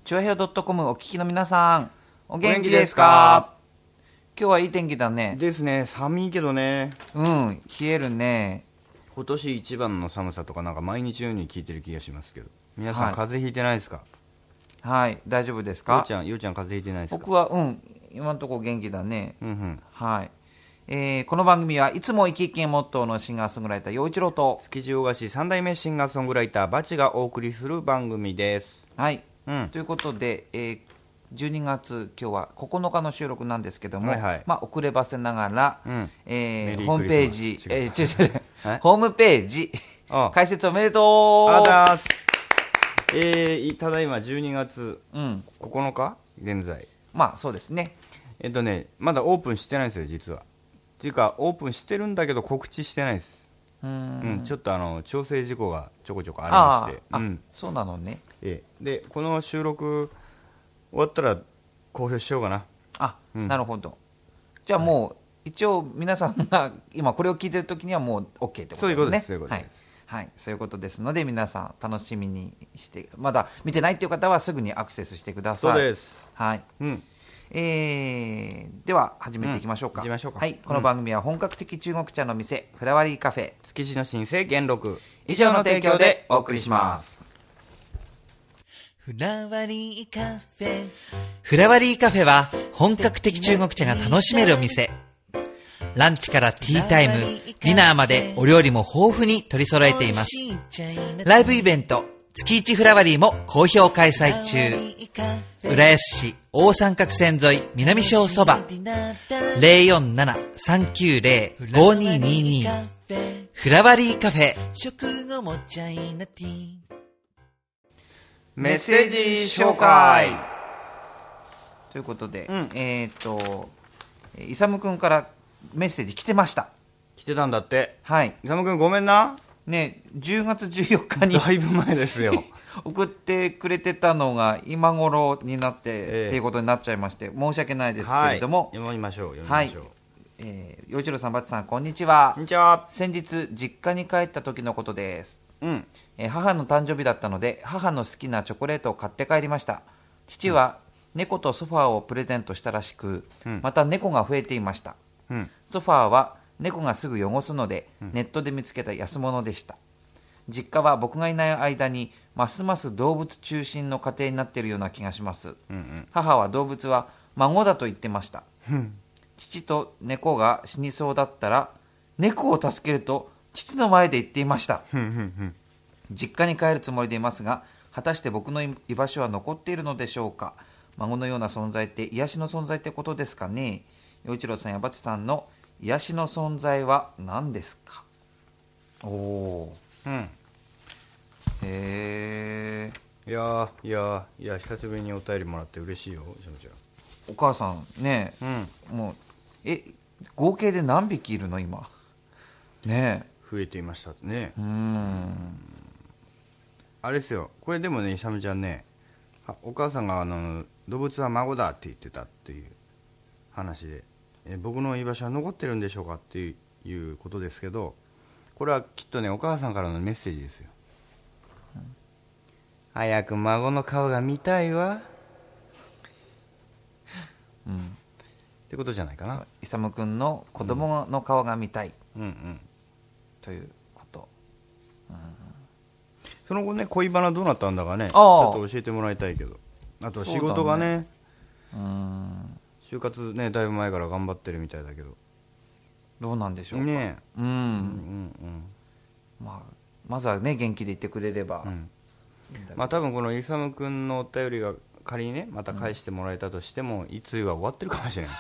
チュアヘオ .com お聞きの皆さん、お元気ですか？今日はいい天気だね。 ですね。寒いけどね。 うん、冷えるね。 今年一番の寒さとかなんか毎日のように聞いてる気がしますけど。皆さん、 はい風邪ひいてないですか？ はい、大丈夫ですか？ ようちゃん風邪ひいてないですか？ 僕は、今のところ元気だね。 うんうん。 はい。この番組はいつも生き生きがモットーのシンガーソングライター陽一郎と、 築地大菓子三代目シンガーソングライターバチがお送りする番組です。 はい、 うんということで、12月今日は9日の収録なんですけども、 はいはい。 遅ればせながら、 うん。 ホームページ、 はいホームページあ開設おめでとう。 あだーす。ただいま12月うん、 9日現在。 まあそうですね。 まだオープンしてないんですよ、実は。っていうか、オープンしてるんだけど告知してないです。ちょっと調整事項がちょこちょこありまして。 そうなのね。 で、この収録終わったら公表しようかな。 なるほど。じゃあもう、一応皆さんが今これを聞いてる時にはもう OK ってことですね。 そういうことです、そういうことです。 はい、そういうことですので皆さん楽しみにして、まだ見てないっていう方はすぐにアクセスしてください。 そうです。 はい。では始めていきましょうか。 行きましょうか。 はい、この番組は本格的中国茶の店、フラワリーカフェ築地の新生元禄以上の提供でお送りします。 フラワリーカフェ。フラワリーカフェは本格的中国茶が楽しめるお店。ランチからティータイム、ディナーまでお料理も豊富に取り揃えています。ライブイベント、月一フラワリーも好評開催中。浦安市大三角線沿い南小そば 047-390-5222 フラワリーカフェ。 メッセージ紹介ということで、イサムくんからメッセージ来てました。 来てたんだって。 はい。 イサムくんごめんな。 ね、10月14日にだいぶ前ですよ。 送ってくれてたのが今頃になって、っていうことになっちゃいまして申し訳ないですけれども、 読みましょう。 陽一郎さん、バツさん、こんにちは。 こんにちは。 先日実家に帰った時のことです。母の誕生日だったので母の好きなチョコレートを買って帰りました。父は猫とソファーをプレゼントしたらしく、また猫が増えていました。ソファーは猫がすぐ汚すので、ネットで見つけた安物でした。実家は僕がいない間にますます動物中心の家庭になっているような気がします。母は動物は孫だと言ってました。父と猫が死にそうだったら猫を助けると父の前で言っていました。実家に帰るつもりでいますが、果たして僕の居場所は残っているのでしょうか。孫のような存在って癒しの存在ってことですかね。陽一郎さんやバチさんの癒しの存在は何ですか？へえ。いや久しぶりにお便りもらって嬉しいよ。 お母さんね、もう合計で何匹いるの今ね。 増えていましたね。あれですよ、これでもね、イサムちゃんね、お母さんが動物は孫だって言ってたっていう話で、僕の居場所は残ってるんでしょうかっていうことですけど、これはきっとね、お母さんからのメッセージですよ。早く孫の顔が見たいわ。ってことじゃないかな。 イサム君の子供の顔が見たい、ということ。 その後ね、恋バナどうなったんだかね、ちょっと教えてもらいたいけど。あと仕事がね、就活ね、だいぶ前から頑張ってるみたいだけど、 どうなんでしょうかね。 まずはね、元気でいてくれれば、 多分このイサム君のお便りが仮にね、また返してもらえたとしても、いつは終わってるかもしれない。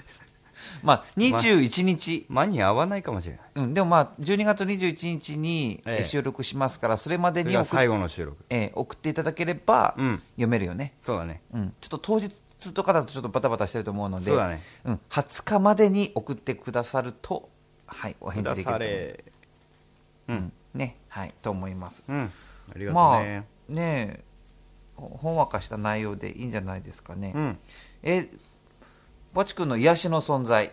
21日、 間に合わないかもしれない。 でも12月21日に収録しますから、それまでに最後の収録、 送っていただければ読めるよね。 そうだね。 ちょっと当日とかだとちょっとバタバタしてると思うので、 そうだね。 20日までに送ってくださると、お返事できると思う。ね、と思います。 ありがとうね。 ねえ、ほんわかした内容でいいんじゃないですかね。バチ君の癒しの存在。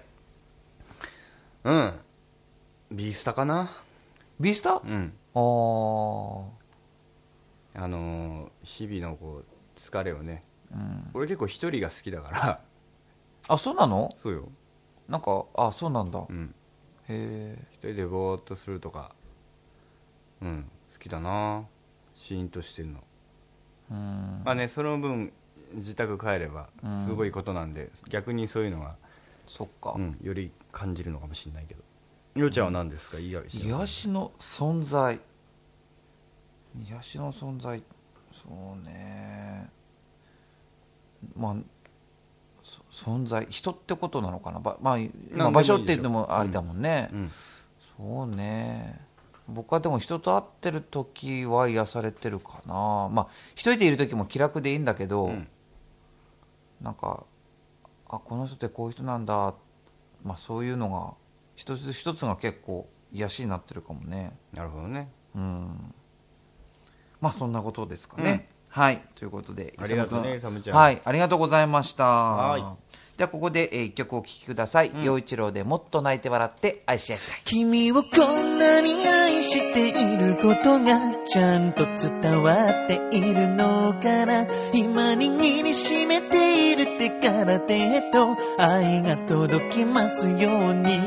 ビースタかな。 ビースタ？ 日々の疲れをね、俺結構一人が好きだからあ、そうなの？ そうよ。 なんか、あ、そうなんだ。 うん、 へ一人でぼーっとするとか、好きだな、シーンとしてるの。まあね、その分自宅帰ればすごいことなんで、逆にそういうのがそっか、 より感じるのかもしれないけど。ようちゃんは何ですか？癒しの存在。癒しの存在、そうね、まあ存在、人ってことなのかな。まあ、今場所っていうのもありだもんね。そうね、僕はでも人と会ってる時は癒されてるかな。まあ一人でいる時も気楽でいいんだけど、なんか、あ、この人ってこういう人なんだ、まあそういうのが一つ一つが結構癒しになってるかもね。 なるほどね。 まあそんなことですかね。はい、ということで、 ありがとうね、イサムちゃん。 はい、ありがとうございました。ではここで一曲お聴きください。陽一郎でもっと泣いて笑って愛し合いたい。 君をこんなに愛していることがちゃんと伝わっているのかな。今握りしめている手から手へと愛が届きますように。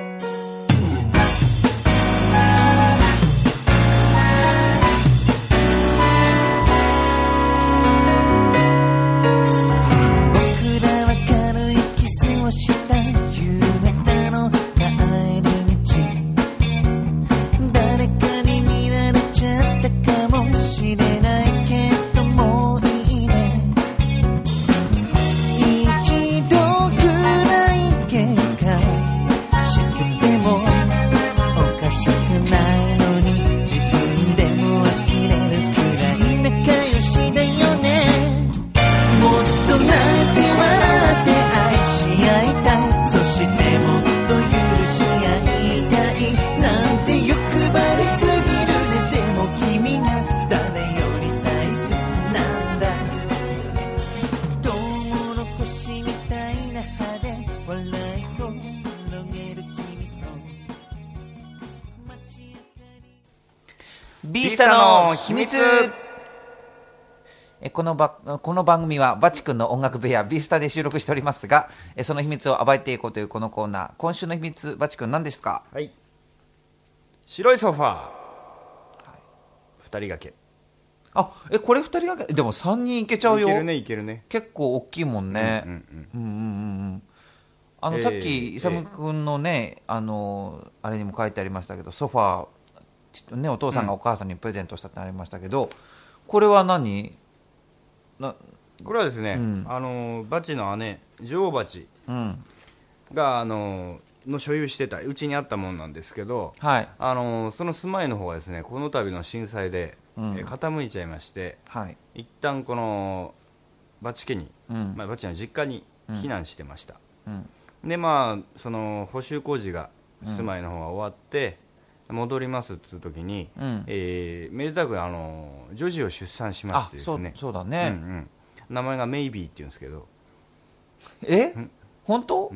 ビースタの秘密。この番組はバチ君の音楽部屋ビースタで収録しておりますが、その秘密を暴いていこうというこのコーナー。今週の秘密、バチ君何ですか？ はい、白いソファー、2人掛け。 あ、これ2人掛けでも3人いけちゃうよ。 いけるね、いけるね。 結構大きいもんね。さっきイサム君のね、あれにも書いてありましたけど、ソファーね、お父さんがお母さんにプレゼントしたってありましたけど、これは何？ これはですね、バチの姉、女王バチが、の所有してた、うちにあったもんなんですけど、 はい、 その住まいの方がですね、この度の震災で、傾いちゃいまして、 はい、 一旦このバチ家に、バチの実家に避難してました。で、その補修工事が住まいの方が終わって、戻りますっつう時に、めでたく女児を出産しましてですね。 そうだね、 名前がメイビーって言うんですけど。 本当？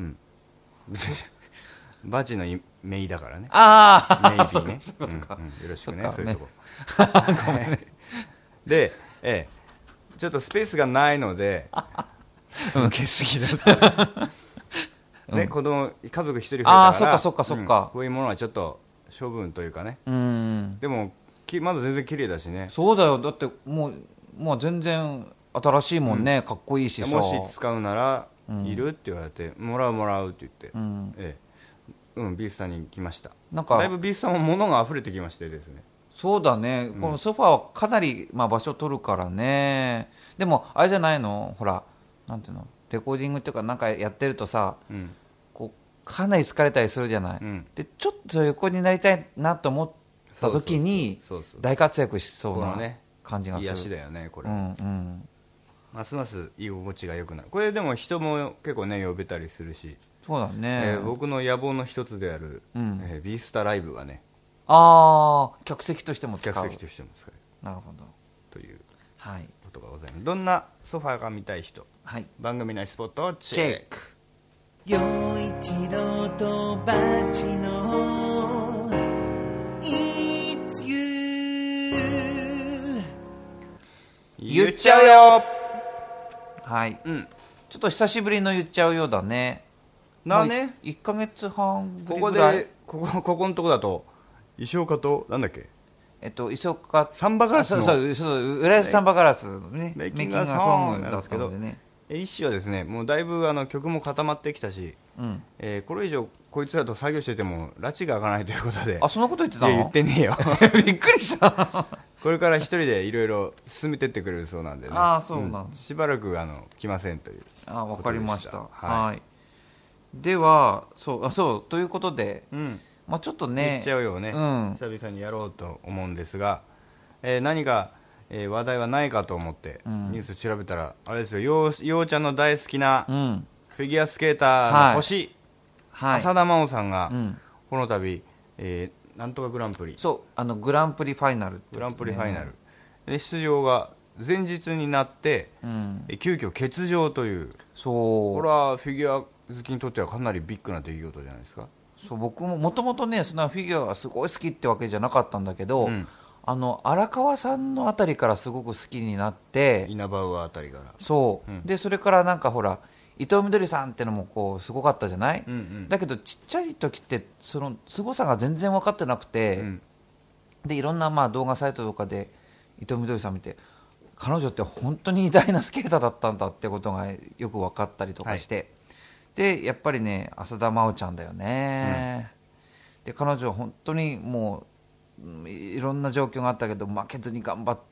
バチのメイだからね。メイビーね。よろしくね、そういうとこ。ごめんね。で、ちょっとスペースがないので受けすぎだったね、家族一人増えたから、 そっか、 こういうものはちょっと処分というかね。でもまだ全然綺麗だしね。 そうだよ、だってもう全然新しいもんね、かっこいいしさ。 もし使うならいるって言われて、もらうって言って、ビースタに来ました。だいぶビースタも物が溢れてきましてですね。 そうだね、このソファーはかなり、場所取るからね。でもあれじゃないの、ほら、なんていうの、レコーディングっていうかなんかやってるとさ、こうかなり疲れたりするじゃない、でちょっと横になりたいなと思った時に大活躍しそうな感じがする。 癒しだよねこれ。ますます居心地が良くなる。これでも人も結構ね呼べたりするし。 そうだね、 僕の野望の一つである、ビースタライブはね、 客席としても使う。 客席としても使える。 なるほど。 ということがございます。どんなソファーが見たい人、番組内スポットをチェック。 陽一郎とバチの It's You 言っちゃうよ。 はい、ちょっと久しぶりの言っちゃうようだね。1ヶ月半ぶりぐらい。 ここのとこだと石岡となんだっけ、 石岡サンバガラスのそう浦安サンバガラスのねメイキングソングだったのでね、石はですねもうだいぶ曲も固まってきたし、これ以上こいつらと作業してても拉致が開かないということで。 そんなこと言ってたの？ 言ってねえよびっくりしたこれから一人でいろいろ進めてってくれるそうなんでね。 そうなん、 しばらく来ませんという。 わかりました。はい。ではそうということで、ちょっとね言っちゃうよね、久々にやろうと思うんですが、何か、話題はないかと思ってニュース調べたら、あれですよ、ようちゃんの大好きなフィギュアスケーターの星、浅田真央さんが、この度、なんとかグランプリ、 グランプリファイナル、 グランプリファイナルで出場が前日になって、急遽欠場という。これはフィギュア好きにとってはかなりビッグな出来事じゃないですか。 僕ももともとねそんなフィギュアがすごい好きってわけじゃなかったんだけど、荒川さんのあたりからすごく好きになって、 イナバウアーあたりから、 でそれからなんかほら伊藤みどりさんってのもこうすごかったじゃない、だけどちっちゃい時ってその凄さが全然分かってなくて、でいろんな動画サイトとかで伊藤みどりさん見て、彼女って本当に偉大なスケーターだったんだってことがよく分かったりとかして、でやっぱりね浅田真央ちゃんだよね、で彼女は本当にもういろんな状況があったけど負けずに頑張って、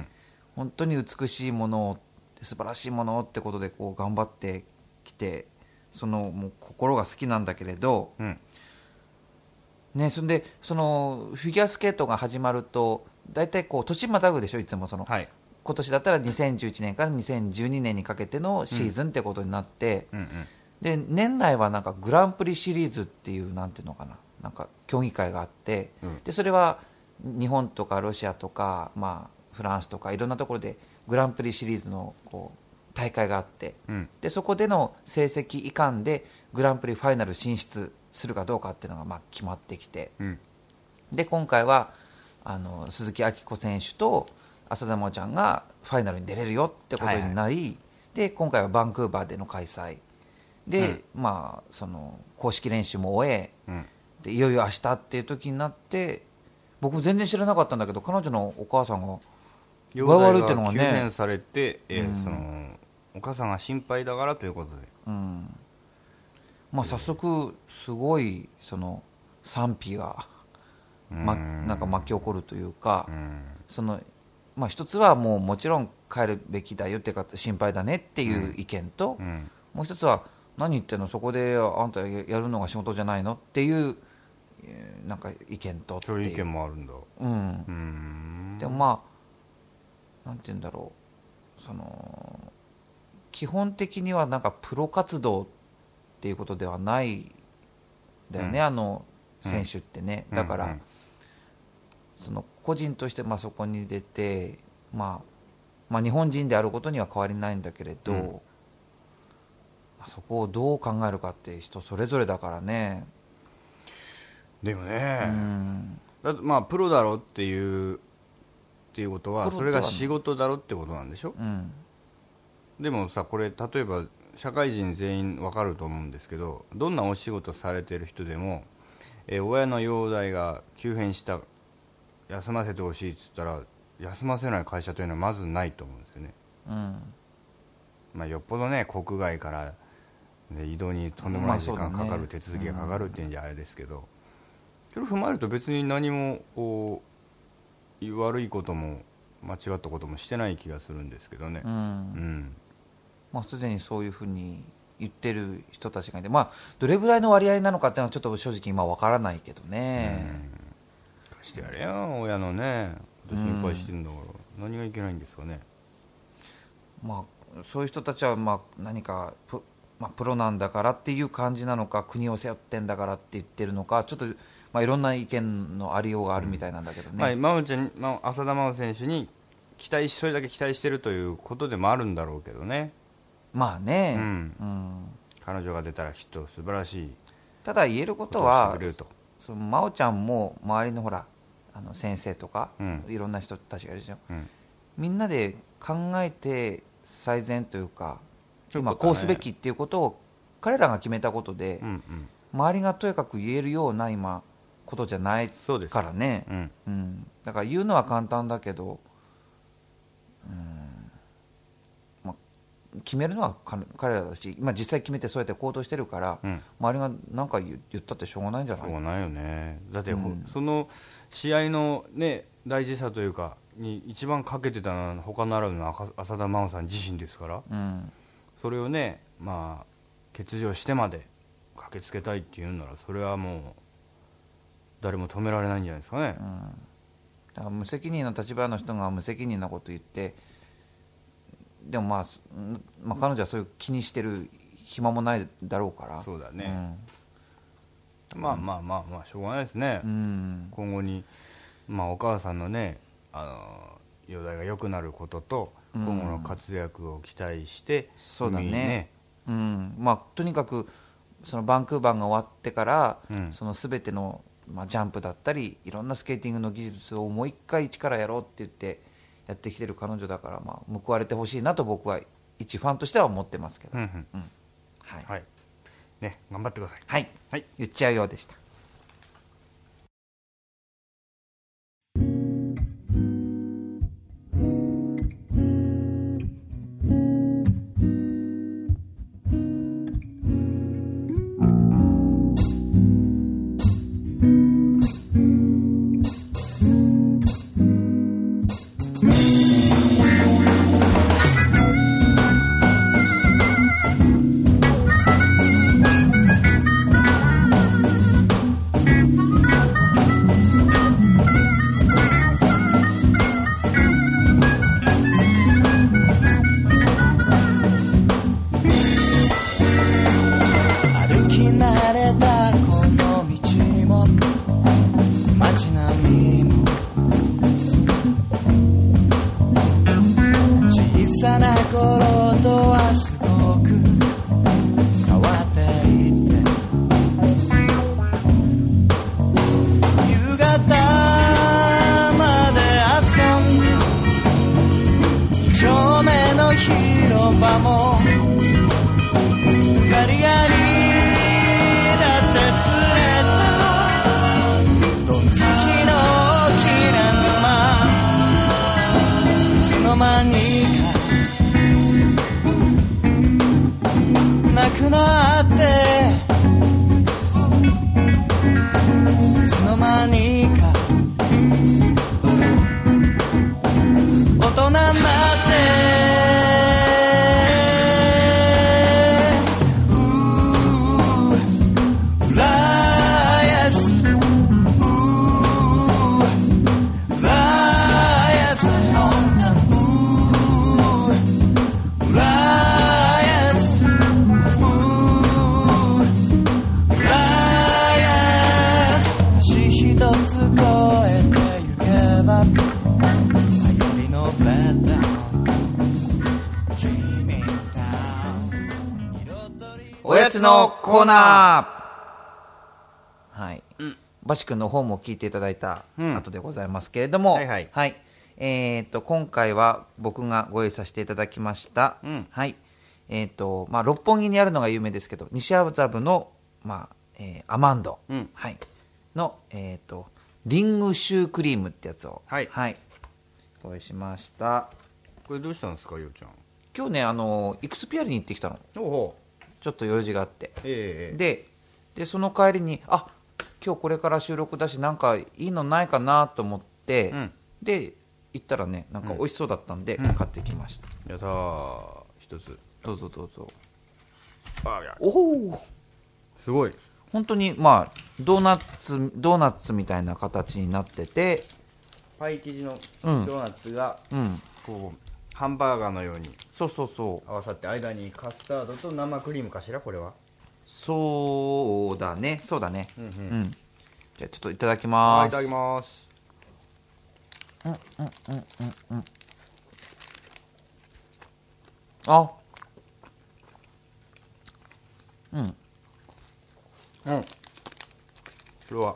本当に美しいものを素晴らしいものをってことでこう頑張ってきて、もう心が好きなんだけれど、それでそのフィギュアスケートが始まると大体こう年またぐでしょ、いつも今年だったら2011年から2012年にかけてのシーズンってことになって、で年内はなんかグランプリシリーズっていうなんていうのかな、なんか競技会があって、でそれは日本とかロシアとか、フランスとかいろんなところでグランプリシリーズのこう大会があって、でそこでの成績以下でグランプリファイナル進出するかどうかっていうのが決まってきて、で今回は鈴木明子選手と浅田真央ちゃんがファイナルに出れるよってことになり、で今回はバンクーバーでの開催で、その公式練習も終え、でいよいよ明日っていう時になって、僕全然知らなかったんだけど彼女のお母さんが具合悪いっていうのがね、 急変されて、そのお母さんが心配だからということで、 早速すごいその賛否が、なんか巻き起こるというか、その一つはもちろん帰るべきだよっていうか心配だねっていう意見と、もう一つは何言ってんの、そこであんたやるのが仕事じゃないのっていうなんか意見とっていう、 そういう意見もあるんだ。 でもなんて言うんだろう、その基本的にはなんかプロ活動っていうことではないんだよね、あの選手ってね、だから、その個人としてそこに出て、日本人であることには変わりないんだけれど、そこをどう考えるかって人それぞれだからね。 でもね、だってプロだろっていうことはそれが仕事だろってことなんでしょ、でもさ、これ例えば社会人全員わかると思うんですけど、どんなお仕事されてる人でも、親の容体が急変した、休ませてほしいって言ったら休ませない会社というのはまずないと思うんですよね。よっぽどね国外から、移動にとんでもない時間かかる、手続きがかかるっていうんじゃあれですけど、それを踏まえると別に何もこう悪いことも間違ったこともしてない気がするんですけどね。 すでにそういうふうに言ってる人たちがいて、どれぐらいの割合なのかっていうのはちょっと正直今わからないけどね。 貸してやれよ親のね、心配してるんだから、何がいけないんですかね。 そういう人たちは何かプロなんだからっていう感じなのか、国を背負ってんだからって言ってるのか、ちょっといろんな意見のありようがあるみたいなんだけどね。 浅田真央選手にそれだけ期待してるということでもあるんだろうけどね。彼女が出たらきっと素晴らしい。 ただ言えることは、その真央ちゃんも周りのほら先生とか、いろんな人たちがいるじゃん、みんなで考えて最善というか、 そういうことだね今こうすべきっていうことを彼らが決めたことで、 うん周りがとにかく言えるような今ことじゃないそうですからね、だから言うのは簡単だけど、まあ、決めるのは彼らだし、実際決めてそうやって行動してるから、周りが何か言ったってしょうがないんじゃない。 しょうがないよね。だって、その試合の、ね、大事さというかに一番かけてたのは他ならぬ浅田真央さん自身ですから、それをね、欠場してまで駆けつけたいっていうなら、それはもう誰も止められないんじゃないですかね。 だから無責任な立場の人が無責任なこと言って、でも彼女はそういう気にしてる暇もないだろうから。 そうだね、まあしょうがないですね、今後に、お母さんのね、容体が良くなることと、今後の活躍を期待して、 そうだね、とにかくそのバンクーバーが終わってから、その全ての、ジャンプだったりいろんなスケーティングの技術をもう一回一からやろうって言ってやってきてる彼女だから、報われてほしいなと僕は一ファンとしては思ってますけど、 はいね、頑張ってください。 はい、言っちゃうようでした。おやつのコーナー。はい、バチ君の方も聞いていただいた後でございますけれども、今回は僕がご用意させていただきました、六本木にあるのが有名ですけど、西麻布の、アマンド、の、リングシュークリームってやつを、ご用意しました。 これどうしたんですか、ようちゃん。 今日ね、イクスピアリに行ってきたの。ちょっと用事があって、でその帰りに今日これから収録だしなんかいいのないかなと思って、で行ったらね、なんか美味しそうだったんで、買ってきました。 やったー、一つどうぞどうぞ。 おお、すごい。 本当にドーナツみたいな形になってて、 パイ生地のドーナツが、こうハンバーガーのように合わさって、間にカスタードと生クリームかしら、これは。 そうだね、じゃあちょっといただきます。 いただきます。これは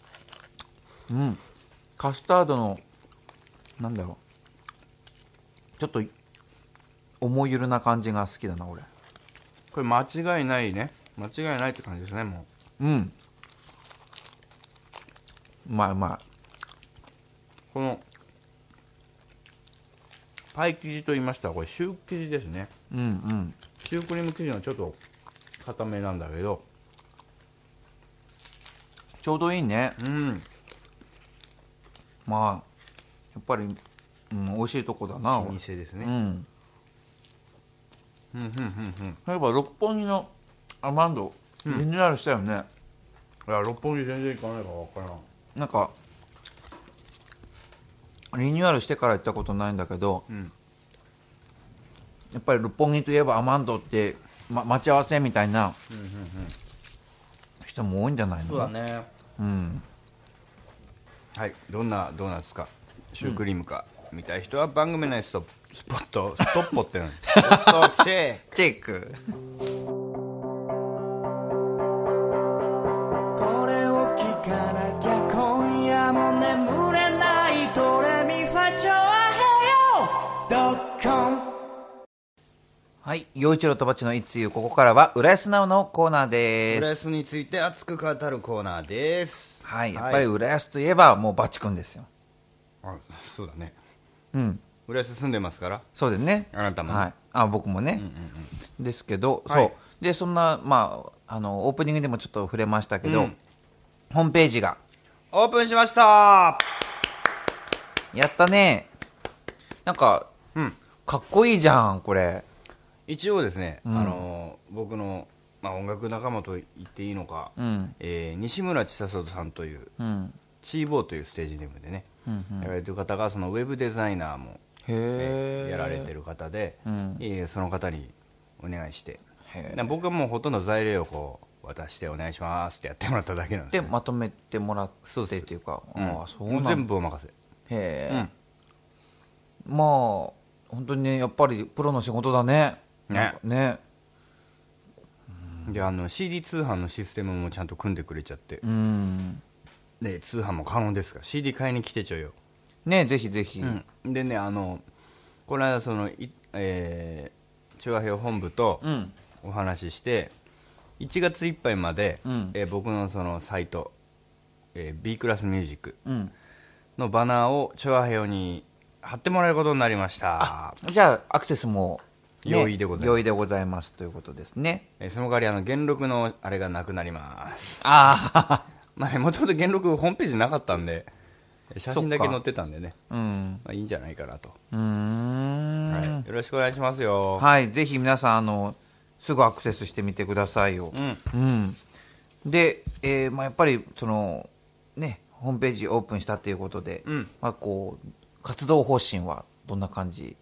カスタードのなんだろちょっと重ゆるな感じが好きだな俺。 これ間違いないね。間違いないって感じですね。もうん、うまいうまこのパイ生地と言いましたらこれシュー生地ですね。 い。うんうん。 シュークリーム生地はちょっと固めなんだけど、 ちょうどいいね。 うん、 まあやっぱり、美味しいとこだな。 老舗ですね。 うん。 うんうんうん例えば六本木のアマンド、リニューアルしたよね。 いや六本木全然行かないから分からん。 なんかリニューアルしてから行ったことないんだけど、やっぱり六本木といえばアマンドって、待ち合わせみたいな人も多いんじゃないの。 そうだね。 うん。 はい、どんなドーナツかシュークリームか、見たい人は番組内ストッポって何スポットチェックチェック。 これを聞かなきゃ今夜も眠れないドレミファチョアヘヨドッコン。 はい、陽一郎とバチのいつゆ、ここからは浦安ナウのコーナーです。 浦安について熱く語るコーナーです。 はい、やっぱり浦安といえばもうバチ君ですよ。 あ、そうだね。 うん、 浦安住んでますから。 そうですね。 あなたも、 はい、僕もね、ですけど、 はい、 そうでそんな、オープニングでもちょっと触れましたけど、ホームページがオープンしました。 やったね。なんか、かっこいいじゃんこれ。 一応ですね、僕の、音楽仲間と言っていいのか、西村千里さんという、チーボーというステージネームでね、やられてる方がそのウェブデザイナーも、やられてる方で、その方にお願いして、僕はもうほとんど材料をこう渡してお願いしますってやってもらっただけなんです、ね、 でまとめてもらってっていうか、 そうなん全部お任せ。 へえ、まあ本当にね、やっぱりプロの仕事だね。ね。 でCD 通販のシステムもちゃんと組んでくれちゃって、で通販も可能ですから CD 買いに来てちょよね。ぜひぜひ、 でね、この間その中和平本部とお話しして、1月いっぱいまで、僕のそのサイト、B クラスミュージックのバナーを中和平に貼ってもらえることになりました。 じゃあアクセスも容易でございます。 容易でございますということですね。 その代わり元録のあれがなくなります。もともと元録ホームページなかったんで写真だけ載ってたんでね、いいんじゃないかなと。はい、よろしくお願いしますよ。 はい、ぜひ皆さんすぐアクセスしてみてくださいよ。で、やっぱりそのねホームページオープンしたということで、こう活動方針はどんな感じ？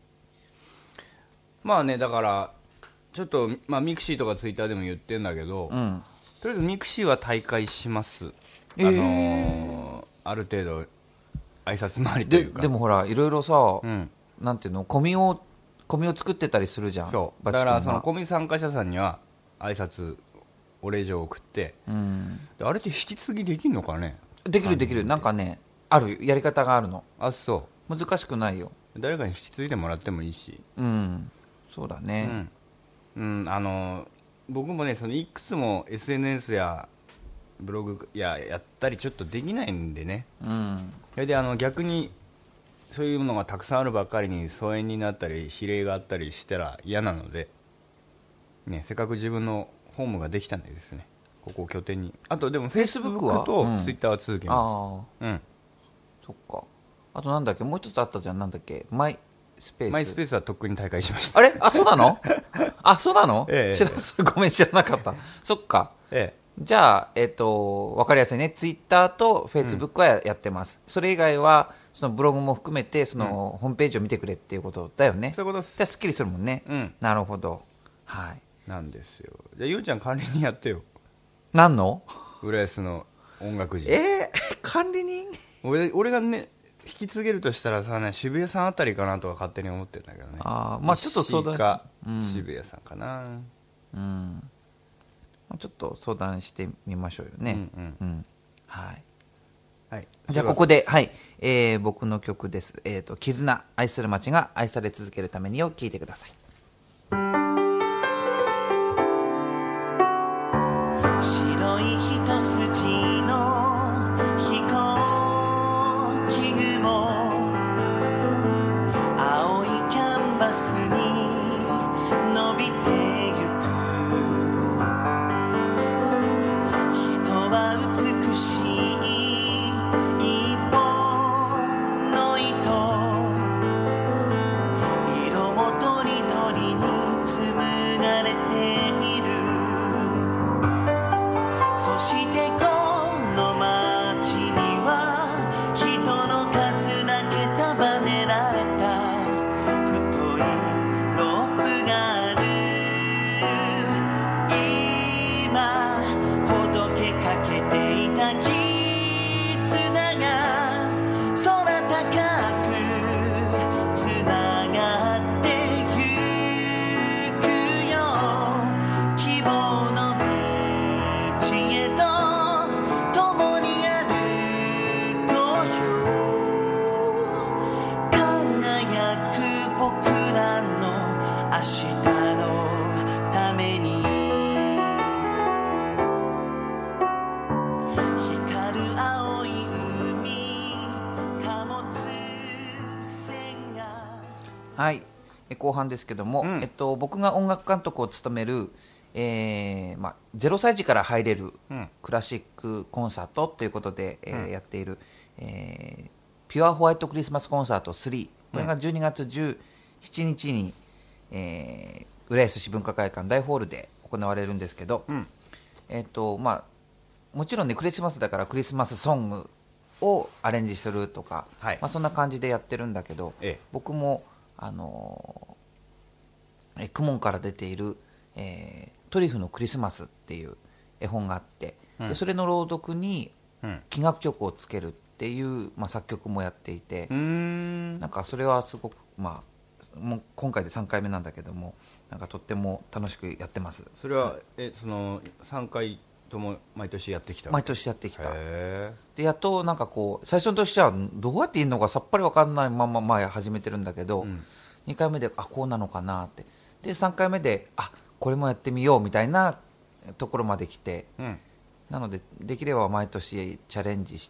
だからちょっと、ミクシーとかツイッターでも言ってるんだけど、とりあえずミクシーは大会します。ある程度挨拶回りというか。 でもほらいろいろさ、なんていうの、コミを作ってたりするじゃん。 そうだからそのコミ参加者さんには挨拶お礼状を送って、あれって引き継ぎできるのかね？ できる、なんかね、あるやり方があるの。 あ、そう難しくないよ。 誰かに引き継いでもらってもいいし。 そうだね。 僕もねいくつも SNS やブログやったりちょっとできないんでね、それで逆にそういうのがたくさんあるばっかりに疎遠になったり比例があったりしたら嫌なので、せっかく自分のホームができたんでですね、ここを拠点に。あとでも Facebook と Twitter は続けます。 そっか。あとなんだっけ、もう一つあったじゃん。なんだっけ、マイスペースはとっくに大会しました。 あれ、そうなの？そうなの？ごめん知らなかった。そっか。じゃあ分かりやすいね。ツイッターとフェイスブックはやってます。それ以外はそのブログも含めてそのホームページを見てくれっていうことだよね。 そういうことです。 じゃあすっきりするもんね。なるほど。はい。 なんですよ。じゃあゆうちゃん管理人やってよ。 何の？ 浦安の音楽人。 管理人？ 俺がね引き継げるとしたらさね、渋谷さんあたりかなとか勝手に思ってるんだけどね。 ちょっと相談し、渋谷さんかな。 ちょっと相談してみましょうよね。はい。 はい、 じゃあここで、はい、僕の曲です。絆、愛する街が愛され続けるためにを聴いてください。 白い一筋の飛行機雲、青いキャンバスに伸びてゆく、人は美しい一本の糸、色もとりどりに紡がれている。そしてこの街には人の数だけ束ねられた太いロープがある。今ほどけかけていた絆が空高くつながってゆくよ。希望の道へと共に歩こうよ。輝く僕らの明日のために、光る青い海、貨物船が。 はい、後半ですけども、僕が音楽監督を務める、0歳児から入れるクラシックコンサートということで、やっている、ピュアホワイトクリスマスコンサート3、これが12月17日に、浦安市文化会館大ホールで行われるんですけど、もちろんねクリスマスだからクリスマスソングをアレンジするとか、そんな感じでやってるんだけど、僕もクモンから出ている、トリュフのクリスマスっていう絵本があって、でそれの朗読に器楽曲をつけるっていう、作曲もやっていて、なんかそれはすごく、もう今回で3回目なんだけども、なんかとっても楽しくやってます。 それは、その3回とも毎年やってきた。 毎年やってきた。でやっとなんかこう最初としてはどうやっていいのかさっぱり分かんないまま前始めてるんだけど、2回目でこうなのかなって、で3回目でこれもやってみようみたいなところまで来て、なのでできれば毎年チャレンジして、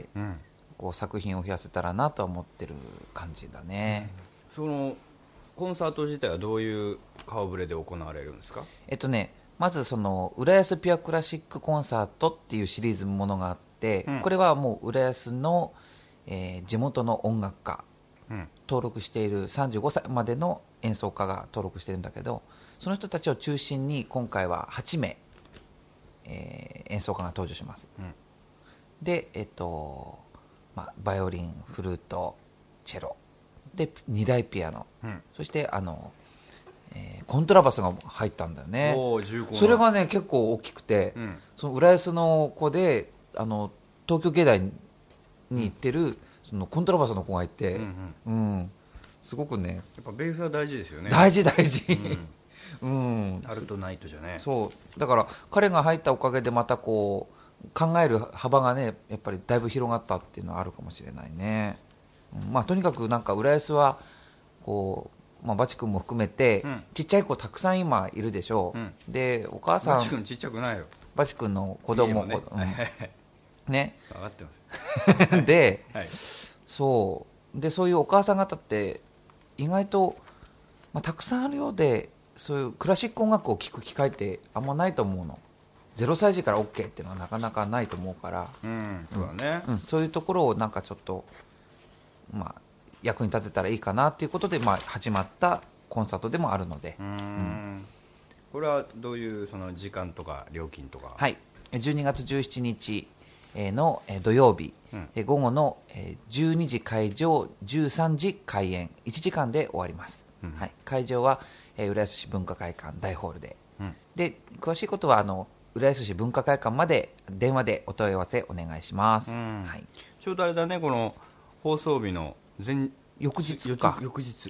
こう作品を増やせたらなとは思ってる感じだね。 そのコンサート自体はどういう顔ぶれで行われるんですか？ まずその浦安ピュアクラシックコンサートっていうシリーズものがあって、これはもう浦安の、地元の音楽家、登録している35歳までの演奏家が登録しているんだけど、その人たちを中心に今回は8名、演奏家が登場します。で、バイオリン、フルート、チェロで2台ピアノ、そしてコントラバスが入ったんだよね。それがね結構大きくて、その浦安の子で東京芸大に行ってる、そのコントラバスの子がいて、すごくね、 やっぱベースは大事ですよね。 大事、 あるとないとじゃね。 そうだから彼が入ったおかげでまたこう考える幅がねやっぱりだいぶ広がったっていうのはあるかもしれないね。とにかくなんか浦安はこう、バチ君も含めて、ちっちゃい子たくさん今いるでしょう、でお母さんバチ君ちっちゃくないよ。 バチ君の子供ね、 ね分かってますで、そういうお母さん方って意外と、たくさんあるようで、そういうクラシック音楽を聴く機会ってあんまないと思うの。0歳児から OK っていうのはなかなかないと思うから、 そうだね、 そういうところをなんかちょっと、役に立てたらいいかなっていうことで、始まったコンサートでもあるので。 これはどういうその時間とか料金とか？ はい、12月17日の土曜日、午後の12時開場、13時開演、1時間で終わります。会場は浦安市文化会館大ホールで、で詳しいことは浦安市文化会館まで電話でお問い合わせお願いします。 ちょうどあれだね、この放送日の翌日か。 翌日、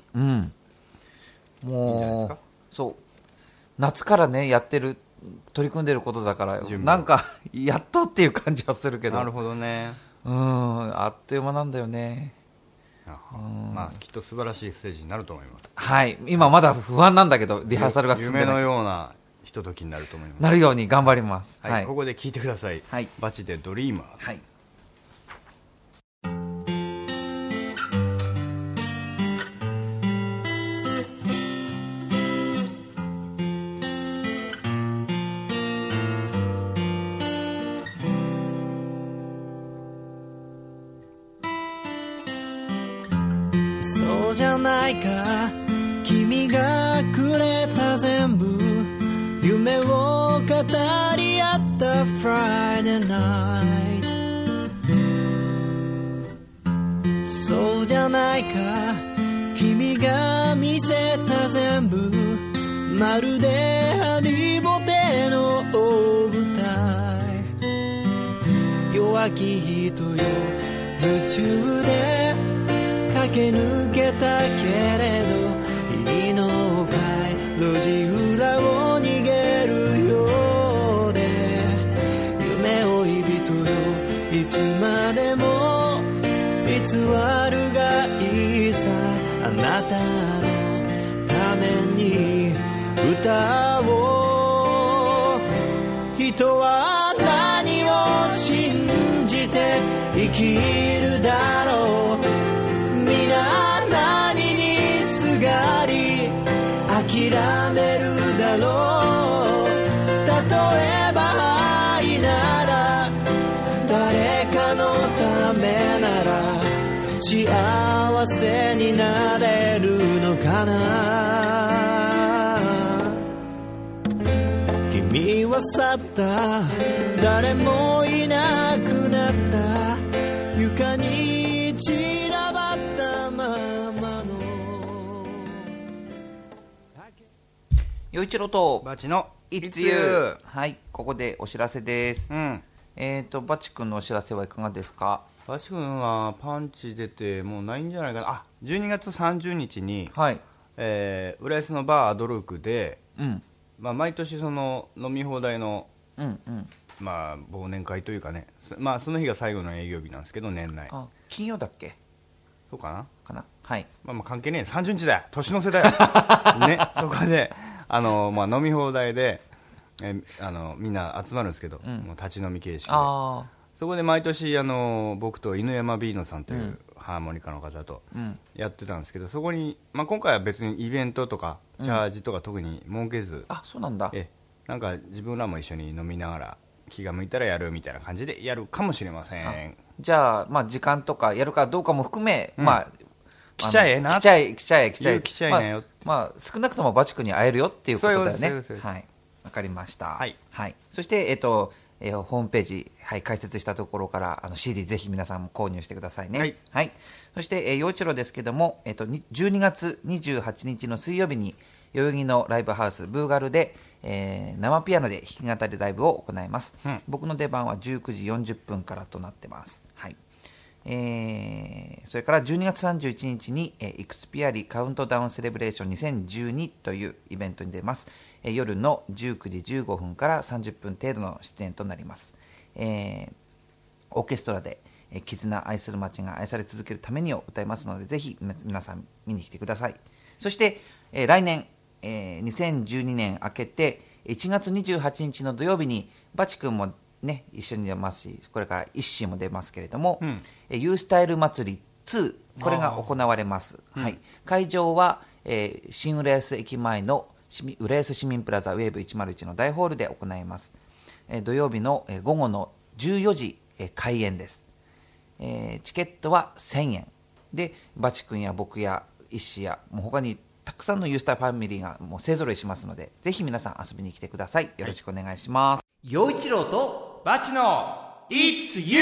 もうそう夏からね取り組んでることだから、なんかやっとっていう感じはするけど。 なるほどね。 あっという間なんだよね。 まあきっと素晴らしいステージになると思います。 はい、今まだ不安なんだけどリハーサルが進んでない。 夢のようなひとときになると思います。 なるように頑張ります。 はい、ここで聞いてください。 はい、 バチでドリーマー。 はい。 そうじゃないか、君がくれた全部夢を語り合った Friday night。 そうじゃないか、君が見せた全部まるでハリボテの大舞台。弱き人よ夢中で駆け抜けたけれどいいのかい、路地裏を逃げるようで夢追い人よ、いつまでも偽るがいいさ、あなたのために歌おう。人は何を信じて生きるだろう、皆何にすがり諦めるだろう。例えば愛なら誰かのためなら幸せになれるのかな。君は去った、誰もいなくなった、床に散らばったままの。 陽一郎とバチの It's You。 はい、ここでお知らせです。バチ君のお知らせはいかがですか？ バチ君はパンチ出てもうないんじゃないかな。12月30日に、 はい、 浦安のバーアドルークで、毎年その飲み放題の、忘年会というかね、その日が最後の営業日なんですけど、年内。 金曜だっけ？ そうかな。 はい。 関係ねえ、30日だよ、年の瀬だよね。そこで飲み放題で、みんな集まるんですけど、もう立ち飲み形式で、そこで毎年僕と犬山ビーノさんというハーモニカの方とやってたんですけど、そこに、今回は別にイベントとかチャージとか特に設けず、 そうなんだ。 なんか自分らも一緒に飲みながら気が向いたらやるみたいな感じでやるかもしれません。 じゃあ、時間とかやるかどうかも含め、 来ちゃえな、 来ちゃえなよって、 少なくともバチ君に会えるよっていうことだよね。 そうはい、わかりました。 はい、 そして、ホームページ、解説したところからCD ぜひ皆さんも購入してくださいね。はい、そして、陽一郎ですけども、12月28日の水曜日に代々木のライブハウスブーガルで、生ピアノで弾き語りライブを行います。僕の出番は19時40分からとなってます。はい。それから12月31日に、イクスピアリカウントダウンセレブレーション2012というイベントに出ます。夜の19時15分から30分程度の出演となります。オーケストラで、絆愛する街が愛され続けるためにを歌いますので、ぜひ皆さん見に来てください。そして、来年、2012年明けて1月28日の土曜日にバチ君もね、一緒に出ますし、これからイッシーも出ますけれども、ユースタイル祭り2、これが行われます。会場は、新浦安駅前の浦安市民プラザウェーブ101の大ホールで行います。土曜日の、午後の14時、開演です。チケットは1000円で、バチ君や僕やイッシーやもう他にたくさんのユースターファミリーがもう勢ぞろいしますので、ぜひ皆さん遊びに来てください。よろしくお願いします。陽一郎とバチの It's You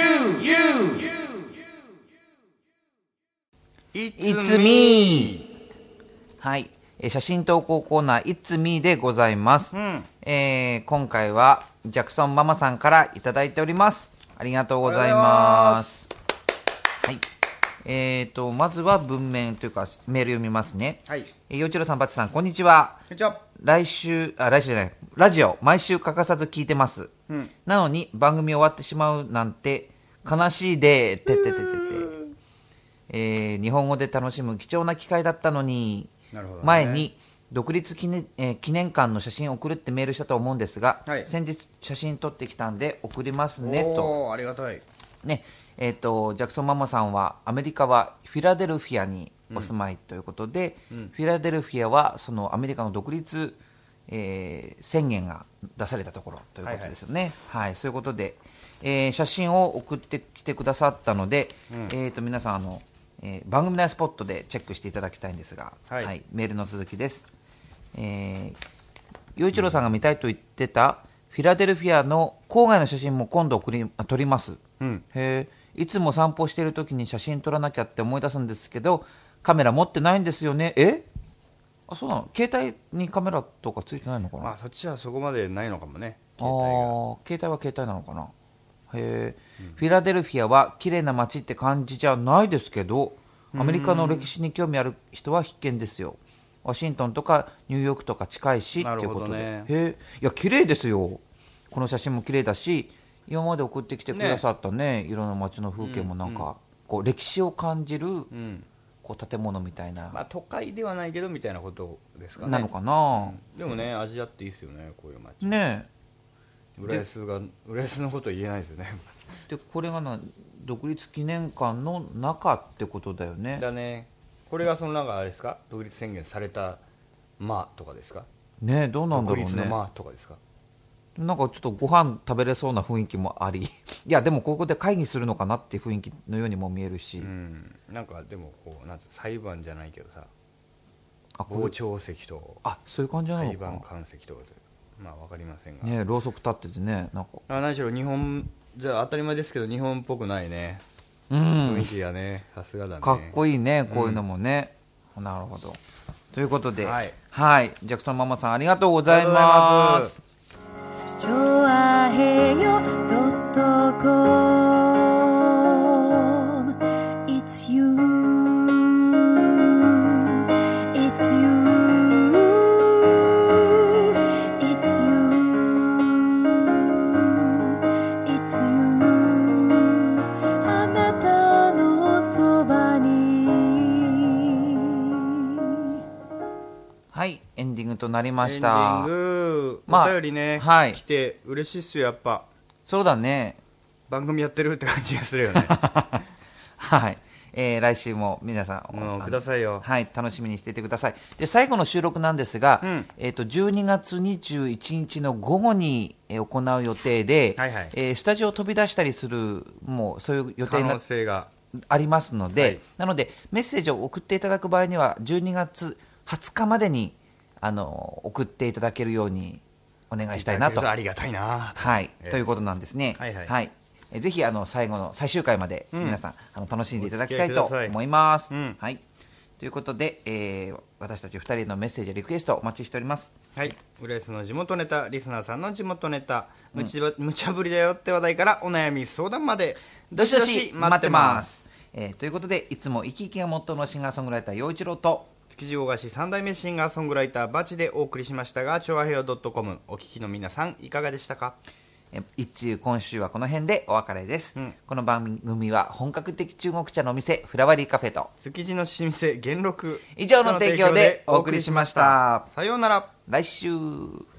It's Me。 はい、写真投稿コーナー It's Me でございます。今回はジャクソンママさんからいただいております。ありがとうございます。はい、まずは文面というかメール読みますね。陽一郎さん、バチさん、こんにちは。来週じゃない、ラジオ毎週欠かさず聞いてます。なのに番組終わってしまうなんて悲しいでててててて、日本語で楽しむ貴重な機会だったのに、 なるほどね、 前に独立記念、記念館の写真を送るってメールしたと思うんですが、 はい、 先日写真撮ってきたんで送りますねと。 ありがたい、 ね、ジャクソンママさんはアメリカはフィラデルフィアにお住まいということで、フィラデルフィアはそのアメリカの独立、宣言が出されたところということですよね。はい、そういうことで、写真を送ってきてくださったので、皆さん番組内スポットでチェックしていただきたいんですが、はいはい、メールの続きです。陽一郎さんが見たいと言ってたフィラデルフィアの郊外の写真も今度撮ります、いつも散歩している時に写真撮らなきゃって思い出すんですけど、カメラ持ってないんですよね。あ、そうなの？携帯にカメラとかついてないのかな。 まあ、そっちはそこまでないのかもね。 携帯は携帯なのかな。フィラデルフィアは綺麗な街って感じじゃないですけど、アメリカの歴史に興味ある人は必見ですよ。ワシントンとかニューヨークとか近いしっていうことで、いや綺麗ですよ。この写真も綺麗だし、今まで送ってきてくださったね、いろんな街の風景もなんか、こう歴史を感じる、こう建物みたいな、 まあ、都会ではないけどみたいなことですかね。 なのかな、 でもね、アジアっていいですよね、こういう街ね。 浦安のこと言えないですよね。 でこれが独立記念館の中ってことだよね。 だね。これがそのなんかあれですか、独立宣言された間とかですかね。どうなんだろうね。 独立の間とかですか。 なんかちょっとご飯食べれそうな雰囲気もありいやでもここで会議するのかなっていう雰囲気のようにも見えるし、 なんかでもこうなんつう裁判じゃないけどさ、傍聴席とそういう感じなのか、 裁判官席とかで、まあわかりませんがね、ろうそく立っててね、なんか何しろ日本じゃ当たり前ですけど日本っぽくないね、雰囲気がね、さすがだね、 かっこいいね、こういうのもね、なるほど。ということで、はい、ジャクソンママさんありがとうございます。 ちょあへよ.com It's you It's you It's you It's you あなたのそばに。 はい、エンディングとなりました。 エンディング、お便りね、来て嬉しいっすよ、やっぱ。 そうだね、 番組やってるって感じがするよね。 はい、来週も皆さんくださいよ。 はい、楽しみにしていてください。で最後の収録なんですが、12月21日の午後に行う予定で、スタジオを飛び出したりする、もうそういう予定可能性がありますので、なのでメッセージを送っていただく場合には12月20日までに送っていただけるようにお願いしたいなと。 ありがたいな、 ということなんですね。ぜひ最後の最終回まで皆さん、楽しんでいただきたいと思います。はい、ということで、私たち2人のメッセージやリクエストお待ちしております。 はい、浦安の地元ネタ、リスナーさんの地元ネタ、無茶ぶりだよって話題からお悩み相談までどしどし待ってます。ということで、いつも生き生きがモットーのシンガーソングライター陽一郎と築地大菓子3代目シンガーソングライターバチでお送りしましたが、調和平和 .com お聞きの皆さんいかがでしたか。 今週はこの辺でお別れです。この番組は本格的中国茶のお店フラワリーカフェと築地の老舗元禄以上の提供でお送りしました。 さようなら。 来週。